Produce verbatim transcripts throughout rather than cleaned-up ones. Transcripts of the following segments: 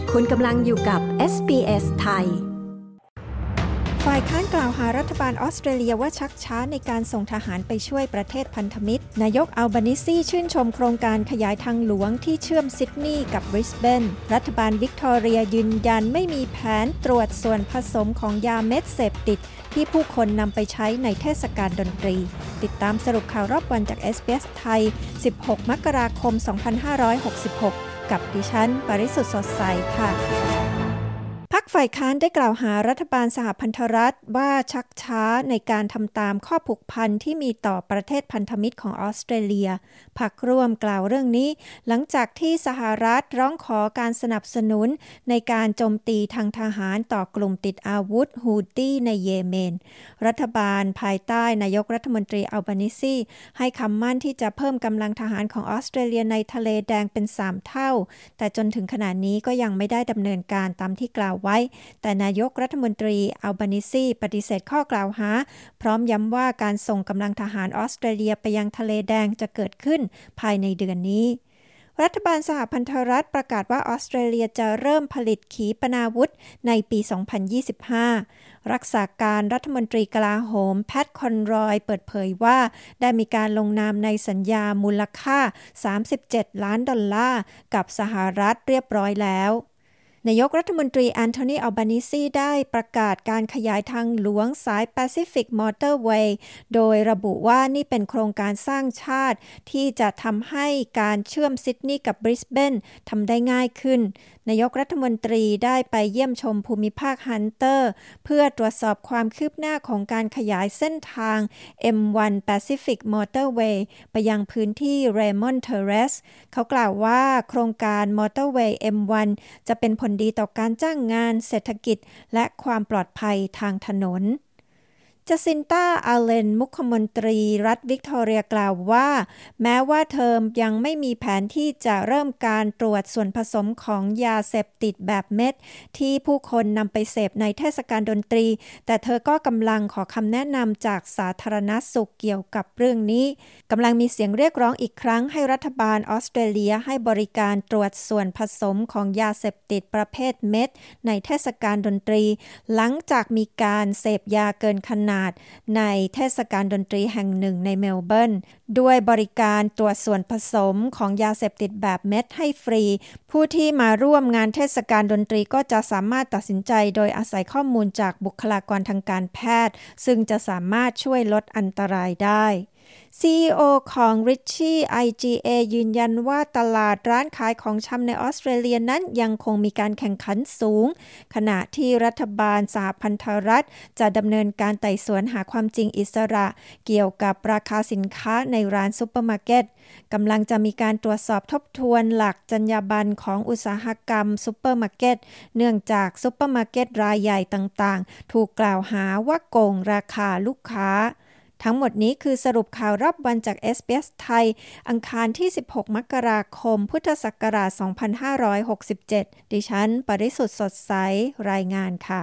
คุณกำลังอยู่กับ เอส บี เอส ไทยฝ่ายค้านกล่าวหารัฐบาลออสเตรเลียว่าชักช้าในการส่งทหารไปช่วยประเทศพันธมิตรนายกอัลบานิซีชื่นชมโครงการขยายทางหลวงที่เชื่อมซิดนีย์กับบริสเบนรัฐบาลวิกตอเรียยืนยันไม่มีแผนตรวจส่วนผสมของยาเม็ดเสพติดที่ผู้คนนำไปใช้ในเทศกาลดนตรีติดตามสรุปข่าวรอบวันจาก เอส บี เอส ไทยสิบหกมกราคมสองพันห้าร้อยหกสิบหกกับดิฉันปริสุทธิ์สดใสค่ะพรรคฝ่ายค้านได้กล่าวหารัฐบาลสหพันธรัฐว่าชักช้าในการทำตามข้อผูกพันที่มีต่อประเทศพันธมิตรของออสเตรเลียพรรคร่วมกล่าวเรื่องนี้หลังจากที่สหรัฐร้องขอการสนับสนุนในการโจมตีทางทหารต่อกลุ่มติดอาวุธฮูตี้ในเยเมนรัฐบาลภายใต้นายกรัฐมนตรีอัลบานิซีให้คำมั่นที่จะเพิ่มกำลังทหารของออสเตรเลียในทะเลแดงเป็นสามเท่าแต่จนถึงขณะนี้ก็ยังไม่ได้ดำเนินการตามที่กล่าวไว้แต่นายกรัฐมนตรีอัลบานิซีปฏิเสธข้อกล่าวหาพร้อมย้ำว่าการส่งกำลังทหารออสเตรเลียไปยังทะเลแดงจะเกิดขึ้นภายในเดือนนี้รัฐบาลสหพันธรัฐประกาศว่าออสเตรเลียจะเริ่มผลิตขีปนาวุธในปี สองพันยี่สิบห้า รักษาการรัฐมนตรีกลาโหมแพทคอนรอยเปิดเผยว่าได้มีการลงนามในสัญญามูลค่าสามสิบเจ็ดล้านดอลลาร์กับสหรัฐเรียบร้อยแล้วนายกรัฐมนตรีแอนโทนี อัลบานิซีได้ประกาศการขยายทางหลวงสาย Pacific Motorway โดยระบุว่านี่เป็นโครงการสร้างชาติที่จะทำให้การเชื่อมซิดนีย์กับบริสเบนทำได้ง่ายขึ้นนายกรัฐมนตรีได้ไปเยี่ยมชมภูมิภาคฮันเตอร์เพื่อตรวจสอบความคืบหน้าของการขยายเส้นทาง เอ็ม วัน Pacific Motorway ไปยังพื้นที่ Raymond Terrace เขากล่าวว่าโครงการ Motorway เอ็ม วัน จะเป็นผลดีต่อการจ้างงานเศรษฐกิจและความปลอดภัยทางถนนจาซินตา อาเลนมุขมนตรีรัฐวิกตอเรียกล่าวว่าแม้ว่าเธอยังไม่มีแผนที่จะเริ่มการตรวจส่วนผสมของยาเสพติดแบบเม็ดที่ผู้คนนำไปเสพในเทศกาลดนตรีแต่เธอก็กำลังขอคำแนะนำจากสาธารณสุขเกี่ยวกับเรื่องนี้กำลังมีเสียงเรียกร้องอีกครั้งให้รัฐบาลออสเตรเลียให้บริการตรวจส่วนผสมของยาเสพติดประเภทเม็ดในเทศกาลดนตรีหลังจากมีการเสพยาเกินขนาดในเทศกาลดนตรีแห่งหนึ่งในเมลเบิร์นด้วยบริการตรวจส่วนผสมของยาเสพติดแบบเม็ดให้ฟรีผู้ที่มาร่วมงานเทศกาลดนตรีก็จะสามารถตัดสินใจโดยอาศัยข้อมูลจากบุคลากรทางการแพทย์ซึ่งจะสามารถช่วยลดอันตรายได้ ซี อี โอ ของ Ritchie ไอ จี เอ ยืนยันว่าตลาดร้านขายของชำในออสเตรเลียนั้นยังคงมีการแข่งขันสูงขณะที่รัฐบาลสหพันธรัฐจะดำเนินการไต่สวนหาความจริงอิสระเกี่ยวกับราคาสินค้าในร้านซุปเปอร์มาร์เก็ตกำลังจะมีการตรวจสอบทบทวนหลักจรรยาบรรณของอุตสาหกรรมซุปเปอร์มาร์เก็ตเนื่องจากซุปเปอร์มาร์เก็ตรายใหญ่ต่างๆถูกกล่าวหาว่าโกงราคาลูกค้าทั้งหมดนี้คือสรุปข่าวรอบวันจาก เอส บี เอส ไทยอังคารที่สิบหกมกราคมพุทธศักราชสองพันห้าร้อยหกสิบเจ็ดดิฉันปริสุทธิ์สดใสรายงานค่ะ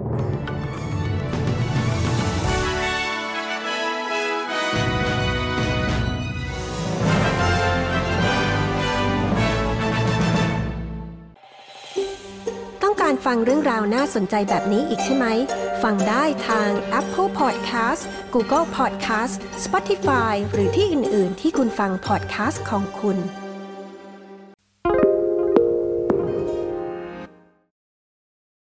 ต้องการฟังเรื่องราวน่าสนใจแบบนี้อีกใช่ไหมฟังได้ทาง Apple Podcast Google Podcast Spotify หรือที่อื่นๆที่คุณฟัง podcast ของคุณ